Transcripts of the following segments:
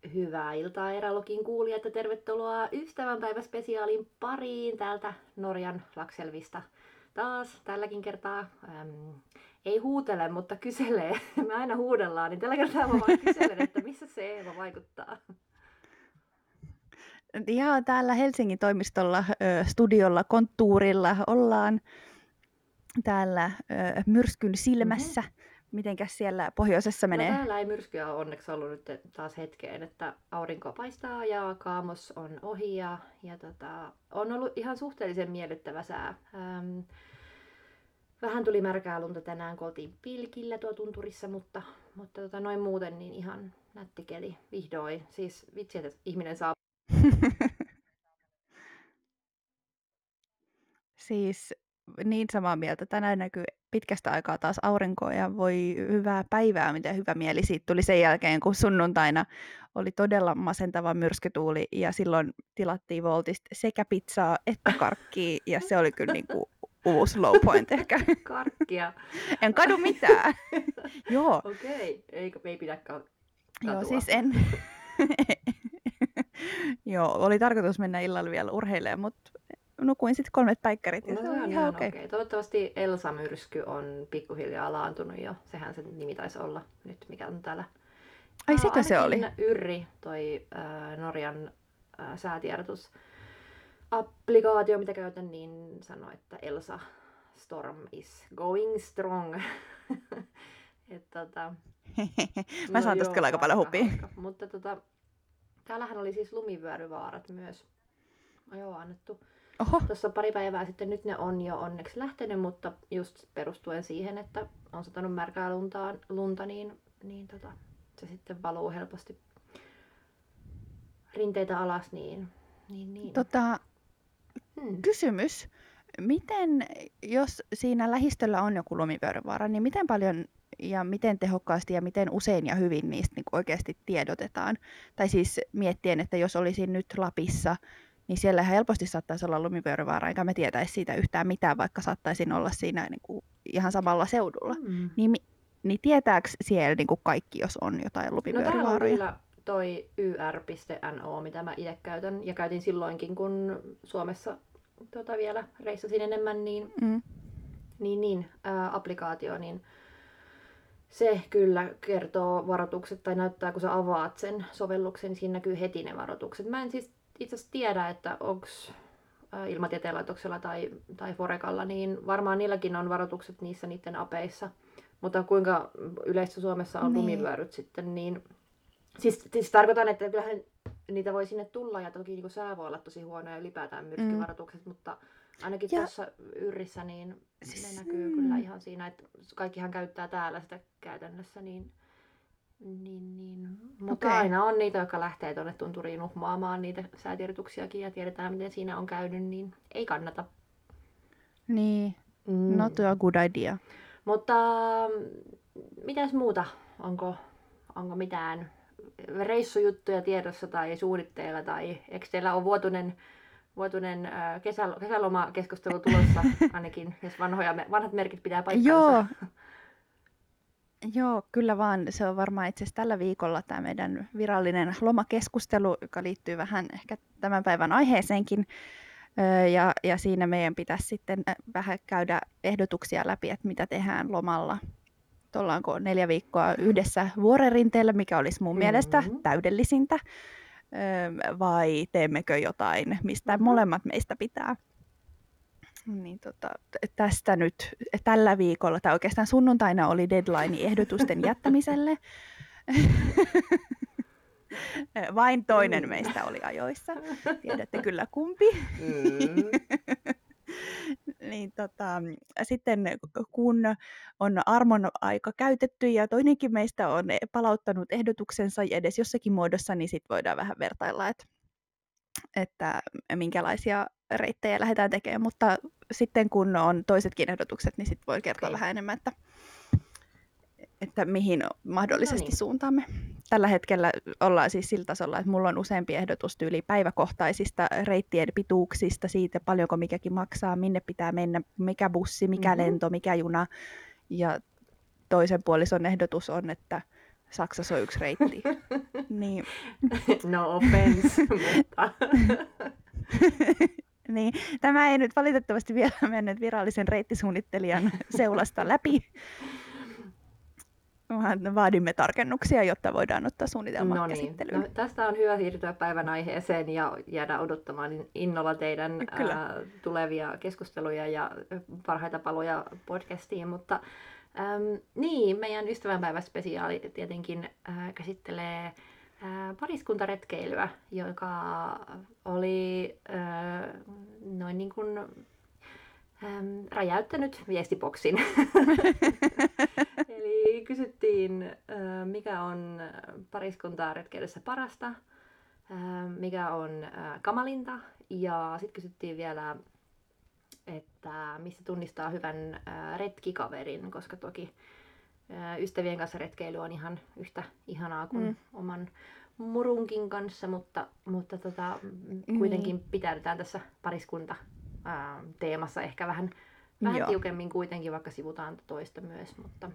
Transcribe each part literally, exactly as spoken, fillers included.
Hyvää iltaa Eralokin kuulijat ja tervetuloa ystävänpäiväspesiaalin pariin täältä Norjan Lakselvista. Taas tälläkin kertaa äm, ei huutele, mutta kyselee. Me aina huudellaan, niin tällä kertaa mä vaan kyselen, että missä se Eeva vaikuttaa. Ja täällä Helsingin toimistolla, ö, studiolla, konttuurilla ollaan täällä ö, myrskyn silmässä. Mhm. Mitenkäs siellä pohjoisessa No menee? täällä ei myrskyä ole onneksi ollut nyt taas hetkeen, että aurinko paistaa ja kaamos on ohi ja, ja tota, on ollut ihan suhteellisen miellyttävä sää. Ähm, Vähän tuli märkää lunta tänään, kun oltiin pilkillä tuo tunturissa, mutta, mutta tota, noin muuten niin ihan nätti keli vihdoin. Siis vitsi, että ihminen saa. Siis niin samaa mieltä. Tänään näkyy pitkästä aikaa taas aurinkoa ja voi hyvää päivää, miten hyvä mieli siitä tuli sen jälkeen, kun sunnuntaina oli todella masentava myrskytuuli ja silloin tilattiin Voltista sekä pizzaa että karkkia ja se oli kyllä niin kuin uusi low point ehkä. Karkkia. En kadu mitään. Joo. Okei, okay. Eikö, ei pidä katua. Joo, siis en. Joo, oli tarkoitus mennä illalla vielä urheilemaan, mutta nukuin sitten kolmet päikkärit ja No se se oli on ihan ihan okei. okei. Okay. Toivottavasti Elsa-myrsky on pikkuhiljaa laantunut jo. Sehän se nimi taisi olla nyt, mikä on täällä. Ai sekö se oli? Ainakin Yrri, toi äh, Norjan äh, säätiedotus applikaatio, mitä käytän, niin sanoi, että Elsa Storm is going strong. Et, tota, Mä saan tosta kyllä aika paljon hupia. Mutta tota, täällähän oli siis lumivyöryvaarat myös. No joo, annettu. Oho. Tuossa pari päivää sitten, nyt ne on jo onneksi lähtenyt, mutta just perustuen siihen, että on satanut märkää lunta, lunta niin, niin tota, se sitten valuu helposti rinteitä alas, niin, niin, niin. Tota, Hmm. kysymys. Miten, jos siinä lähistöllä on joku lumivyöryvaara, niin miten paljon ja miten tehokkaasti ja miten usein ja hyvin niistä niin oikeasti tiedotetaan? Tai siis miettien, että jos olisin nyt Lapissa, niin siellä helposti saattaisi olla lumivyöryvaara, enkä mä tietäisi siitä yhtään mitään, vaikka saattaisin olla siinä niin kuin ihan samalla seudulla. Hmm. Niin, niin tietääkö siellä niin kuin kaikki, jos on jotain No lumivyöryvaaroja? täällä on kyllä toi y r piste n o, mitä mä itse käytän, ja käytin silloinkin, kun Suomessa tota, vielä reissasin enemmän, niin, Mm. niin, niin ää, applikaatio, niin se kyllä kertoo varoitukset, tai näyttää, kun sä avaat sen sovelluksen, niin siinä näkyy heti ne varoitukset. Mä en siis itse asiassa tiedä, että onko Ilmatieteen laitoksella tai, tai Forekalla, niin varmaan niilläkin on varoitukset niissä niiden apeissa. Mutta kuinka yleistä Suomessa on Niin. lumivyöryt sitten, niin siis, siis tarkoitan, että kyllähän niitä voi sinne tulla ja toki niin sää voi olla tosi huono ja ylipäätään myrskyvaroitukset, mm. mutta ainakin Ja- tuossa Yrrissä niin Siis, ne näkyy mm. kyllä ihan siinä, että kaikkihan käyttää täällä sitä käytännössä, niin, niin, niin. mutta Okei. aina on niitä, jotka lähtee tuonne tunturiin uhmaamaan niitä säätiedotuksiakin ja tiedetään, miten siinä on käynyt, niin ei kannata. Niin, Mm. not a good idea. Mutta mitäs muuta? Onko, onko mitään reissujuttuja tiedossa tai suunnitteilla? Tai eikö teillä ole vuotuinen, vuotuinen äh, kesä, kesälomakeskustelu tulossa ainakin, jos vanhoja, vanhat merkit pitää paikkansa? Joo. Joo, kyllä vaan. Se on varmaan itse asiassa tällä viikolla tämä meidän virallinen lomakeskustelu, joka liittyy vähän ehkä tämän päivän aiheeseenkin. Öö, Ja, ja siinä meidän pitäisi sitten äh, vähän käydä ehdotuksia läpi, että mitä tehdään lomalla. Että ollaanko neljä viikkoa yhdessä vuorenrinteellä, mikä olisi mun mielestä Mhm. täydellisintä, öö, vai teemmekö jotain, mistä Mhm. molemmat meistä pitää. Niin tota, t- tästä nyt tällä viikolla, tai oikeastaan sunnuntaina oli deadline ehdotusten jättämiselle. Vain toinen Mm. meistä oli ajoissa. Tiedätte kyllä kumpi. Mm. Niin tota, sitten kun on armon aika käytetty ja toinenkin meistä on palauttanut ehdotuksensa edes jossakin muodossa, niin sitten voidaan vähän vertailla, että, että minkälaisia reittejä lähdetään tekemään. Mutta sitten kun on toisetkin ehdotukset, niin sitten voi kertoa Okei. vähän enemmän, että, että mihin mahdollisesti No niin. suuntaamme. Tällä hetkellä ollaan siis sillä tasolla, että mulla on useampi ehdotus tyyli päiväkohtaisista reittien pituuksista, siitä paljonko mikäkin maksaa, minne pitää mennä, mikä bussi, mikä Mhm. lento, mikä juna. Ja toisen puolison ehdotus on, että Saksassa on yksi reitti. Niin. No offense, mutta... Niin, tämä ei nyt valitettavasti vielä mennyt virallisen reittisuunnittelijan seulasta läpi, vaan vaadimme tarkennuksia, jotta voidaan ottaa suunnitelma No niin, käsittelyyn. no, tästä on hyvä siirtyä päivän aiheeseen ja jäädä odottamaan innolla teidän ää, tulevia keskusteluja ja parhaita paloja podcastiin, mutta äm, niin, meidän ystävänpäiväspesiaali tietenkin ää, käsittelee ää, pariskuntaretkeilyä, joka oli ää, noin niin kuin äm, räjäyttänyt viestiboksin. Eli kysyttiin, mikä on pariskuntaa retkeilyssä parasta, mikä on kamalinta, ja sitten kysyttiin vielä, että mistä tunnistaa hyvän retkikaverin, koska toki ystävien kanssa retkeily on ihan yhtä ihanaa kuin mm. oman murunkin kanssa, mutta, mutta tota, kuitenkin mm. pitäydytään tässä pariskunta teemassa ehkä vähän, vähän tiukemmin kuitenkin, vaikka sivutaan toista myös, mutta...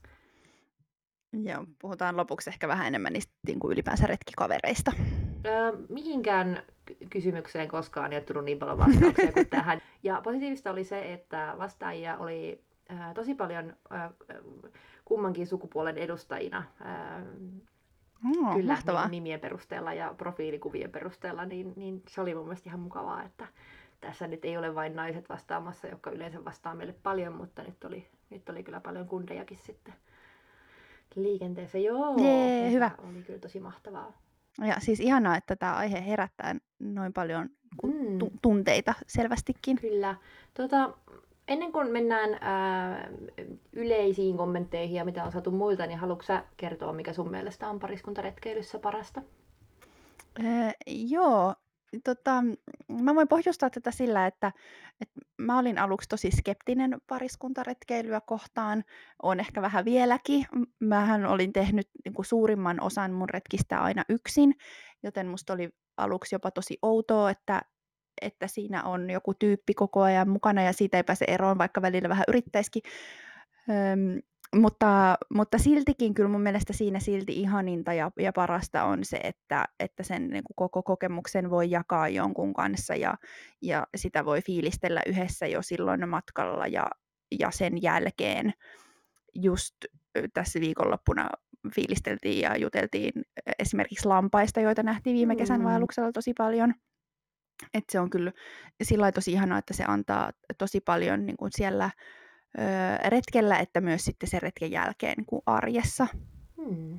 Joo, puhutaan lopuksi ehkä vähän enemmän niistä niin kuin ylipäänsä retkikavereista. Öö, mihinkään kysymykseen koskaan ei ole tullut niin paljon vastauksia kuin tähän. Ja positiivista oli se, että vastaajia oli äh, tosi paljon äh, kummankin sukupuolen edustajina. Äh, oh, kyllä mahtavaa. Nimien perusteella ja profiilikuvien perusteella, niin, niin se oli mun mielestä ihan mukavaa, että tässä nyt ei ole vain naiset vastaamassa, jotka yleensä vastaa meille paljon, mutta nyt oli, nyt oli kyllä paljon kundejakin sitten liikenteessä. Joo, Jee, hyvä. Oli kyllä tosi mahtavaa. Ja siis ihanaa, että tämä aihe herättää noin paljon mm. tu- tunteita selvästikin. Kyllä. Tota, ennen kuin mennään ää, yleisiin kommentteihin ja mitä on saatu muilta, niin haluatko sä kertoa, mikä sun mielestä on pariskuntaretkeilyssä parasta? Öö, joo. Tota, mä voin pohjustaa tätä sillä, että, että mä olin aluksi tosi skeptinen pariskuntaretkeilyä kohtaan. Olen ehkä vähän vieläkin. Mähän olin tehnyt niin kuin suurimman osan mun retkistä aina yksin, joten musta oli aluksi jopa tosi outoa, että, että siinä on joku tyyppi koko ajan mukana ja siitä ei pääse eroon, vaikka välillä vähän yrittäisikin. Öm, Mutta, mutta siltikin kyllä mun mielestä siinä silti ihaninta ja, ja parasta on se, että, että sen niin kuin koko kokemuksen voi jakaa jonkun kanssa ja, ja sitä voi fiilistellä yhdessä jo silloin matkalla ja, ja sen jälkeen just tässä viikonloppuna fiilisteltiin ja juteltiin esimerkiksi lampaista, joita nähtiin viime kesän vaelluksella tosi paljon. Et se on kyllä sillä tosi ihanaa, että se antaa tosi paljon niin kuin siellä retkellä, että myös sitten sen retken jälkeen niin kuin arjessa. Hmm.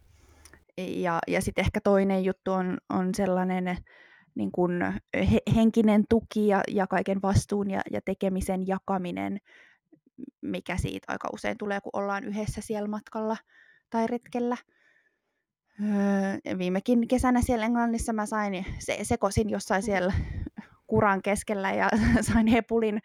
Ja, ja sitten ehkä toinen juttu on, on sellainen niin kuin he, henkinen tuki ja, ja kaiken vastuun ja, ja tekemisen jakaminen, mikä siitä aika usein tulee, kun ollaan yhdessä siellä matkalla tai retkellä. Öö, viimekin kesänä siellä Englannissa mä sain, se, sekosin jossain siellä kuran keskellä ja sain hepulin,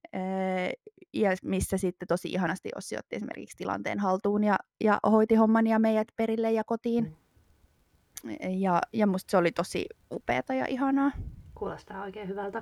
ja missä sitten tosi ihanasti Ossi otti esimerkiksi tilanteen haltuun ja, ja hoiti homman ja meidät perille ja kotiin. Mm. Ja, ja musta se oli tosi upeata ja ihanaa. Kuulostaa oikein hyvältä.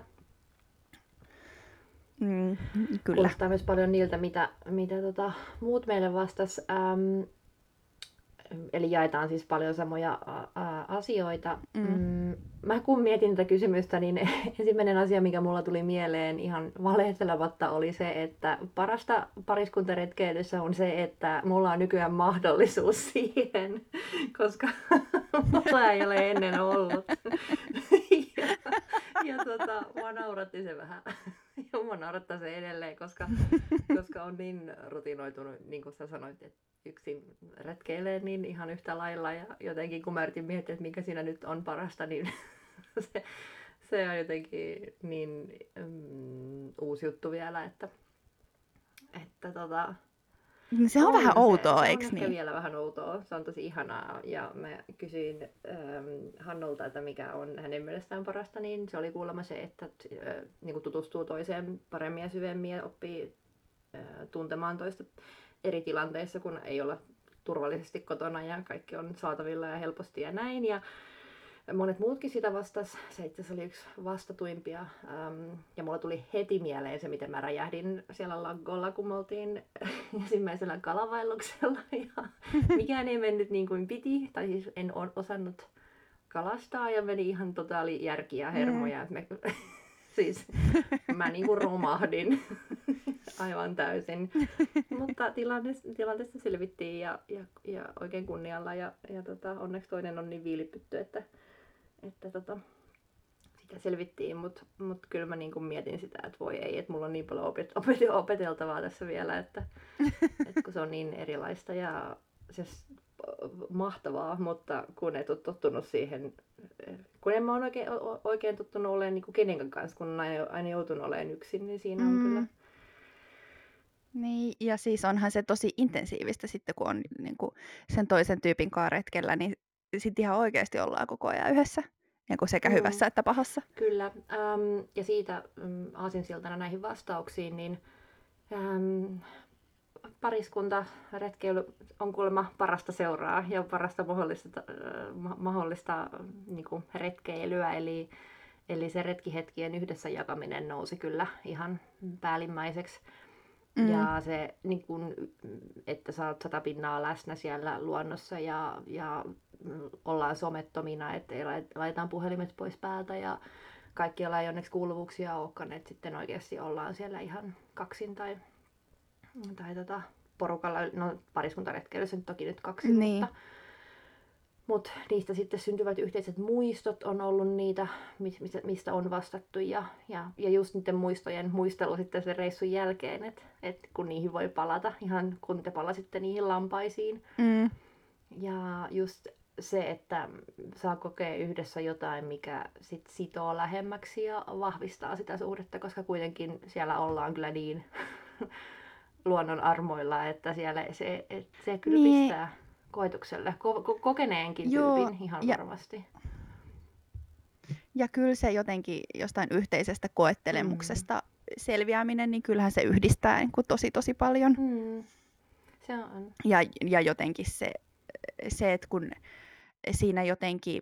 Mm, kyllä. Kuulostaa myös paljon niiltä, mitä, mitä tota, muut meille vastas. Ähm, eli jaetaan siis paljon samoja ä, asioita. Mm. Mä kun mietin tätä kysymystä, niin ensimmäinen asia, mikä mulla tuli mieleen ihan valehtelematta, oli se, että parasta pariskuntaretkeilyssä on se, että mulla on nykyään mahdollisuus siihen, koska mulla ei ole ennen ollut. ja ja tota, mua nauratti se vähän. Ja mua naurattaa se edelleen, koska, koska on niin rutinoitunut, niin kuin sä sanoit, että yksin retkeilee niin ihan yhtä lailla. Ja jotenkin kun mä yritin miettiä, että mikä siinä nyt on parasta, niin se, se on jotenkin niin um, uusi juttu vielä, että, että tota, se on, on vähän outoa, eikö niin? Se on vielä vähän outoa. Se on tosi ihanaa. Ja mä kysyin ähm, Hannolta, että mikä on hänen mielestään parasta, niin se oli kuulemma se, että äh, niin tutustuu toiseen paremmin ja syvemmin ja oppii äh, tuntemaan toista eri tilanteissa, kun ei olla turvallisesti kotona ja kaikki on saatavilla ja helposti ja näin. Ja monet muutkin sitä vastas. Se itse asiassa oli yksi vastatuimpia. Ähm, ja mulla tuli heti mieleen se, miten mä räjähdin siellä Laggolla, kun me oltiin ensimmäisellä kalavaelluksella. Ja mikään ei mennyt niin kuin piti, tai siis en osannut kalastaa ja meni ihan totaali järki ja hermoja. Mm. Me, siis mä niinku romahdin aivan täysin. Mutta tilanne, tilanteesta selvittiin ja, ja, ja oikein kunnialla ja, ja tota, onneksi toinen on niin viilipytty, että, että tota, sitä selvittiin. Mutta mut kyllä mä niinku mietin sitä, että voi ei, että mulla on niin paljon opet, opet, opeteltavaa tässä vielä, että, että kun se on niin erilaista ja siis mahtavaa, mutta kun et ole tottunut siihen, kun en mä ole oikein, oikein tottunut olemaan niin kuin kenenkään kanssa, kun on aina, aina joutunut olemaan yksin, niin siinä on mm. kyllä. Niin, ja siis onhan se tosi intensiivistä sitten, kun on niin kuin sen toisen tyypin kanssa retkellä, niin sitten ihan oikeasti ollaan koko ajan yhdessä, niin kuin sekä mm. hyvässä että pahassa. Kyllä, ähm, ja siitä ähm, aasinsiltana näihin vastauksiin, niin ähm, pariskunta retkeily on kuulemma parasta seuraa ja parasta mahdollista, äh, mahdollista niin kuin retkeilyä, eli, eli se retkihetkien yhdessä jakaminen nousi kyllä ihan päällimmäiseksi. Mm. Ja se, niin kun, että sä oot sata pinnaa läsnä siellä luonnossa ja, ja ollaan somettomina, että laitetaan puhelimet pois päältä ja kaikkialla ei onneksi kuuluvuuksia olekaan, että sitten oikeasti ollaan siellä ihan kaksin tai, tai tota, porukalla, no pariskuntaretkeilyssä nyt toki nyt kaksin, niin. mutta Mutta niistä sitten syntyvät yhteiset muistot on ollut niitä, mistä on vastattu ja, ja, ja just niiden muistojen muistelu sitten sen reissun jälkeen, että et kun niihin voi palata, ihan kun te palasitte niihin lampaisiin. Mm. Ja just se, että saa kokea yhdessä jotain, mikä sit sitoo lähemmäksi ja vahvistaa sitä suhdetta, koska kuitenkin siellä ollaan kyllä niin luonnon armoilla, että siellä se, et se kyllä niin. pistää koetukselle, ko- ko- kokeneenkin Joo, tyypin ihan ja, varmasti. Ja kyllä se jotenkin jostain yhteisestä koettelemuksesta mm. selviäminen, niin kyllähän se yhdistää niin kuin tosi tosi paljon. Mm. Se on. Ja, ja jotenkin se, se, että kun siinä jotenkin,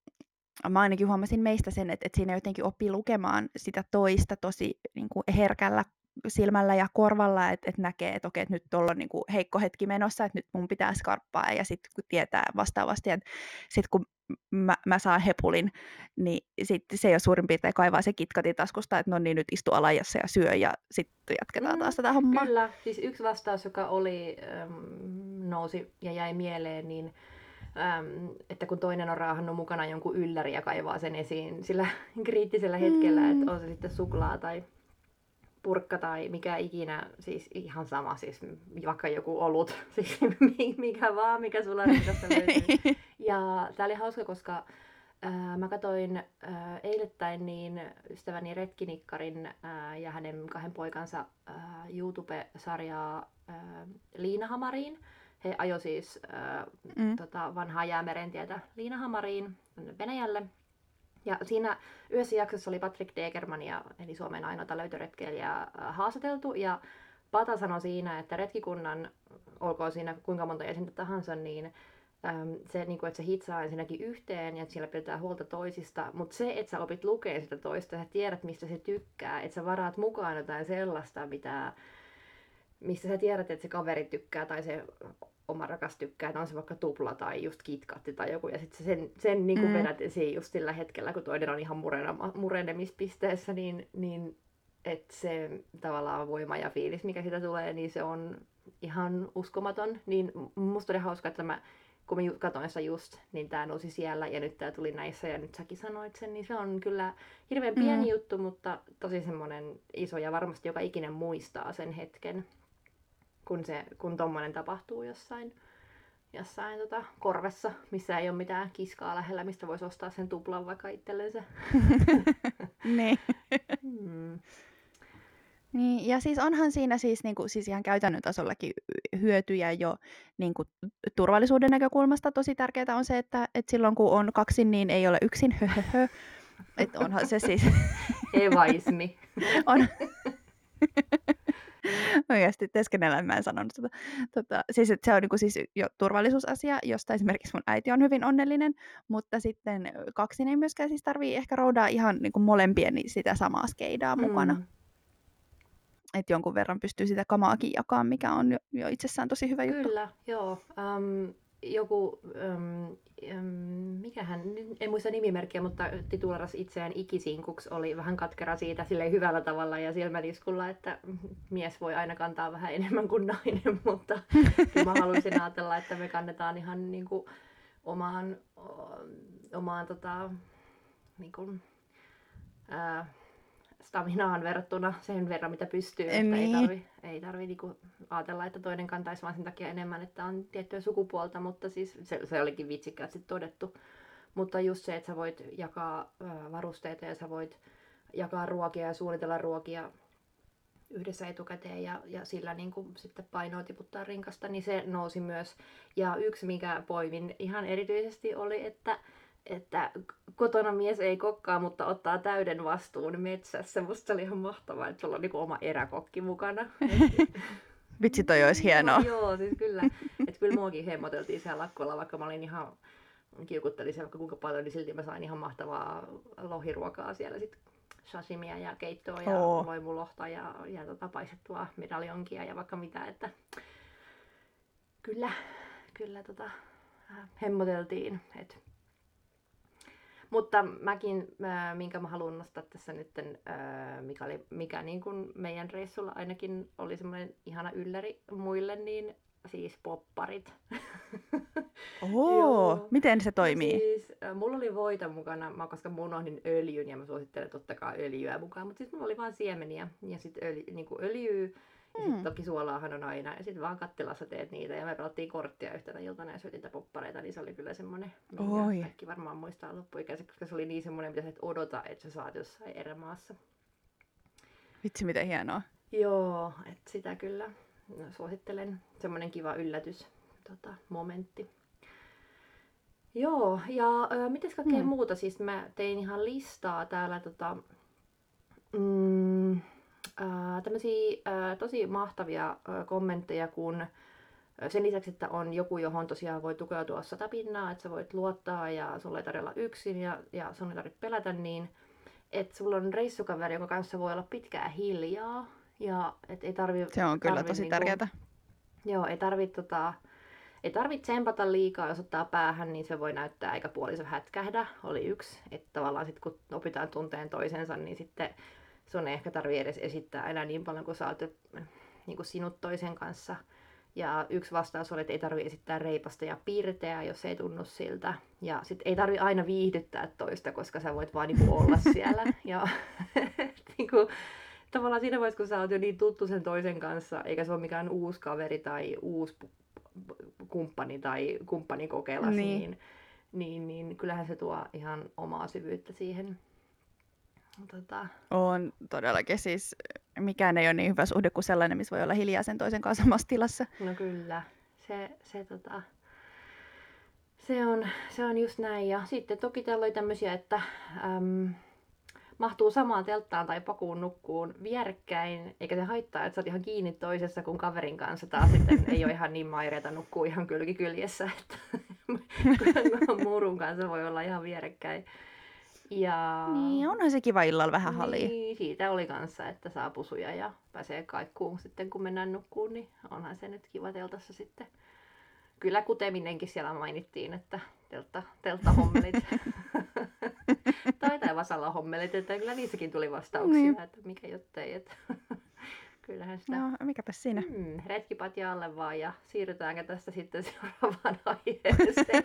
mä ainakin huomasin meistä sen, että, että siinä jotenkin oppii lukemaan sitä toista tosi niin kuin herkällä silmällä ja korvalla, että et näkee, että okei, että nyt tuolla on niinku heikko hetki menossa, että nyt mun pitää skarppaa, ja sitten kun tietää vastaavasti, että sitten kun mä, mä saan hepulin, niin sitten se jo suurin piirtein kaivaa se kitkati taskusta, että no niin, nyt istu alajassa ja syö, ja sitten jatketaan mm, taas tätä hommaa. Kyllä, siis yksi vastaus, joka oli, ähm, nousi ja jäi mieleen, niin Ähm, että kun toinen on raahannut mukana jonkun ylläri ja kaivaa sen esiin sillä kriittisellä hetkellä, mm. että on se sitten suklaa tai purkka tai mikä ikinä, siis ihan sama, siis vaikka joku olut, siis mikä vaan, mikä sulla rinnassa löytyy. Ja tää oli hauska, koska ää, mä katsoin ää, eilettäin niin ystäväni Retkinikkarin ää, ja hänen kahden poikansa ää, YouTube-sarjaa ää, Liinahamariin. He ajoi siis ää, mm. tota, vanhaa Jäämerentietä Liinahamariin Venäjälle. Ja siinä yhdessä jaksossa oli Patrick Degermania, eli Suomen ainoata löytöretkeilijää, haastateltu. Ja Pata sanoi siinä, että retkikunnan, olkoon siinä kuinka monta jäsentä tahansa, niin äm, se, niin kuin, että se hitsaa ensinnäkin yhteen ja että siellä pidetään huolta toisista. Mutta se, että sä opit lukea sitä toista, sä tiedät mistä se tykkää, että sä varaat mukaan jotain sellaista, mitä, mistä sä tiedät, että se kaveri tykkää tai se oma rakas tykkää, että on se vaikka tupla tai just kitkatti tai joku, ja sitten sen, sen niin kuin mm. vedät esiin just sillä hetkellä, kun toinen on ihan murena, murenemispisteessä, niin, niin että se tavallaan voima ja fiilis, mikä siitä tulee, niin se on ihan uskomaton. Niin musta oli hauska, että mä, kun mä katsoin sitä just, niin tää nousi siellä, ja nyt tää tuli näissä, ja nyt säkin sanoit sen, niin se on kyllä hirveän pieni mm. juttu, mutta tosi semmoinen iso, ja varmasti joka ikinen muistaa sen hetken, kun, se, kun tommonen tapahtuu jossain, jossain tota, korvessa, missä ei ole mitään kiskaa lähellä, mistä voisi ostaa sen tuplan vaikka itsellensä. Niin. hmm. Niin, ja siis onhan siinä siis, niin kuin, siis ihan käytännön tasollakin hyötyjä jo niin kuin, turvallisuuden näkökulmasta. Tosi tärkeää on se, että, että silloin kun on kaksin, niin ei ole yksin. Että onhan se siis... Evaismi. on. Oikeasti teeskennellään, mä en sanonut sitä. Tota, siis, että se on niinku siis jo turvallisuusasia, josta esimerkiksi mun äiti on hyvin onnellinen, mutta sitten kaksin ei myöskään siis tarvii ehkä roudaa ihan niinku molempien niin sitä samaa skeidaa mukana. Mm. Että jonkun verran pystyy sitä kamaakin jakaa, mikä on jo, jo itsessään tosi hyvä juttu. Kyllä, joo. Um, joku, um, um, mikähän, en muista nimimerkkiä, mutta tituleras itseään ikisinkuksi, oli vähän katkera siitä silleen hyvällä tavalla ja silmäliskulla, että mies voi aina kantaa vähän enemmän kuin nainen, mutta kyllä mä haluaisin ajatella, että me kannetaan ihan niin kuin omaan, omaan tota, niin kuin, ää, staminaan verrattuna sen verran, mitä pystyy. Että Niin. ei tarvi, ei tarvi niinku ajatella, että toinen kantaisi vaan sen takia enemmän, että on tiettyä sukupuolta, mutta siis se, se olikin vitsikkäästi todettu. Mutta just se, että sä voit jakaa ää, varusteita ja sä voit jakaa ruokia ja suunnitella ruokia yhdessä etukäteen ja, ja sillä niin kuin sitten painoa tiputtaa rinkasta, niin se nousi myös. Ja yksi, mikä poimin ihan erityisesti oli, että että kotona mies ei kokkaa, mutta ottaa täyden vastuun metsässä. Musta se oli ihan mahtavaa, että sulla on niinku oma eräkokki mukana. Vitsi, toi olisi hienoa. No, joo, siis kyllä. Että kyllä muakin hemmoteltiin siellä lakkoilla, vaikka mä olin ihan, kiukuttelin se vaikka kuinka paljon, niin silti mä sain ihan mahtavaa lohiruokaa siellä sit. Sashimia ja keittoa ja Oo. loimulohta ja, ja tota, paistettua medaljonkia ja vaikka mitä. Että kyllä, kyllä tota, hemmoteltiin. Et mutta mäkin, minkä mä haluan nostaa tässä nyt, mikä, oli, mikä niin kuin meidän reissulla ainakin oli semmoinen ihana ylläri muille, niin siis popparit. Oho, miten se toimii? No siis, mulla oli voita mukana, mä, koska mä unohdin öljyn ja mä suosittelen totta kai öljyä mukaan, mutta siis mulla oli vaan siemeniä ja sitten öljy, niin öljyä. Ja sitten toki suolaahan on aina. Ja sitten vaan kattilassa teet niitä. Ja me pelattiin korttia yhtenä iltana ja syötiin poppareita. Niin se oli kyllä semmoinen, minkä kaikki varmaan muistaa loppuikäiseksi. Koska se oli niin semmoinen, mitä sä et odota, että sä saat jossain erämaassa. Vitsi, miten hienoa. Joo, että sitä kyllä suosittelen. Semmoinen kiva yllätys, tota, momentti. Joo, ja äh, mites kaikkea hmm. muuta? Siis mä tein ihan listaa täällä tota... Mm, Äh, tämmöisiä äh, tosi mahtavia äh, kommentteja, kun äh, sen lisäksi, että on joku, johon tosiaan voi tukeutua satapinnaa, että sä voit luottaa ja sulla ei tarvitse olla yksin ja, ja sun ei tarvitse pelätä, niin että sulla on reissukaveri, jonka kanssa voi olla pitkään hiljaa. Ja et ei tarvi, Se on kyllä tarvi, tosi niinku, tärkeää. Joo, ei tarvitse tota, ei tarvit tsempata liikaa, jos ottaa päähän, niin se voi näyttää eikä puoliso hätkähdä, oli yksi. Että tavallaan sit, kun opitaan tunteen toisensa, niin sitten sun ei ehkä tarvitse edes esittää enää niin paljon, kun sä oot niin kuin sinut toisen kanssa. Ja yksi vastaus oli, että ei tarvitse esittää reipasta ja piirteää, jos ei tunnu siltä. Ja sit ei tarvitse aina viihdyttää toista, koska sä voit vaan niin kuin olla siellä. Ja niin kuin, tavallaan siinä vaiheessa, kun sä oot jo niin tuttu sen toisen kanssa, eikä se ole mikään uusi kaveri tai uusi kumppani tai kumppanikokeilas, niin. Niin, niin, niin kyllähän se tuo ihan omaa syvyyttä siihen. Tota... On todellakin siis, mikään ei ole niin hyvä suhde kuin sellainen, missä voi olla hiljaa sen toisen kanssa samassa tilassa. No kyllä, se, se, tota, se, on, se on just näin. Ja sitten toki täällä oli tämmöisiä, että äm, mahtuu samaan telttaan tai pakuun nukkuun vierekkäin, eikä se haittaa, että sä oot ihan kiinni toisessa kuin kaverin kanssa. Taas sitten ei ole ihan niin maireita nukkuu ihan kylki kyljessä, että muurun kanssa voi olla ihan vierekkäin. Ja... Niin, onhan se kiva illalla vähän halia. Niin, siitä oli kanssa, että saa pusuja ja pääsee kaikkuun sitten kun mennään nukkuun, niin onhan se nyt kiva teltassa sitten. Kyllä kuteminenkin siellä mainittiin, että teltta, telttahommelit tai tai vasalla-hommelit, että kyllä niissäkin tuli vastauksia, niin. Että mikä jottei, että kyllähän sitä... No, mikäpä siinä. Hmm, retkipatjaalle vaan ja siirrytäänkö tästä sitten seuraavaan aiheeseen.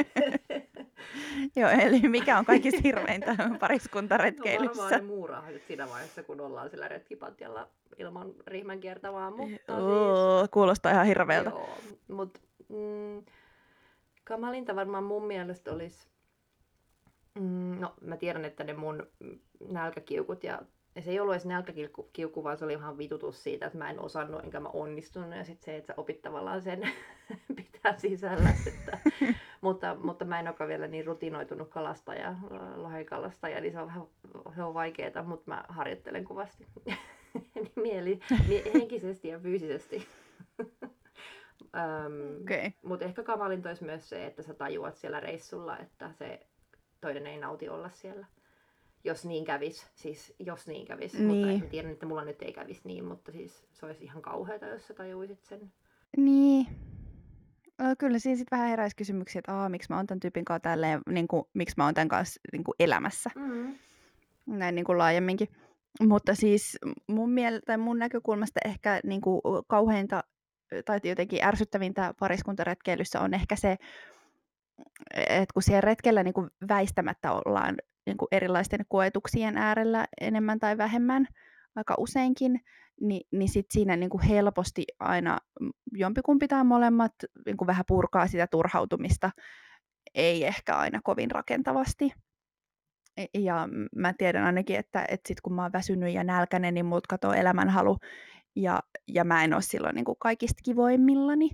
Joo, eli mikä on kaikista hirveintä pariskuntaretkeilyssä? No varmaan ne muurahaiset siinä vaiheessa, kun ollaan sillä retkipatjalla ilman rihmän kiertävää, mutta Oo, siis... Kuulostaa ihan hirveältä. Joo, mutta mm, kamalinta varmaan mun mielestä olisi, mm, no mä tiedän, että ne mun nälkäkiukut ja Ja se ei ollut edes nälkäkiukku, vaan se oli ihan vitutus siitä, että mä en osannut enkä mä onnistunut. Ja sitten se, että sä opit tavallaan sen pitää sisällä. Että, mutta, mutta mä en olekaan vielä niin rutinoitunut kalastaja, lohikalastaja, niin se on vähän se on vaikeeta, mutta mä harjoittelen kovasti. Mieli, mie, henkisesti ja fyysisesti. Okei. Mutta ehkä kamalinta olisi myös se, että sä tajuat siellä reissulla, että se toinen ei nauti olla siellä. Jos niin kävis, siis jos niin kävis, mutta Niin, mä tiedän, että mulla nyt ei kävis niin, mutta siis se olisi ihan kauheata, jos sä tajuisit sen. niin. Ö, Kyllä siinä sitten vähän heräisi kysymyksiä, että Aa, miksi mä oon tämän tyypin kanssa tälleen, niin kuin, miksi mä oon tämän kanssa niin kuin elämässä, Mm. näin niin kuin laajemminkin. Mutta siis mun, miel- tai mun näkökulmasta ehkä niin kuin kauheinta tai jotenkin ärsyttävintä pariskuntaretkeilyssä on ehkä se, että kun siellä retkellä niin kuin väistämättä ollaan niin kuin erilaisten koetuksien äärellä enemmän tai vähemmän, aika useinkin, niin, niin sit siinä niin kuin helposti aina jompikumpi tai molemmat niin kuin vähän purkaa sitä turhautumista, ei ehkä aina kovin rakentavasti. Ja mä tiedän ainakin, että, että sit kun mä oon väsynyt ja nälkäinen, niin mut katoo elämänhalu, ja, ja mä en ole silloin niin kuin kaikista kivoimmillani.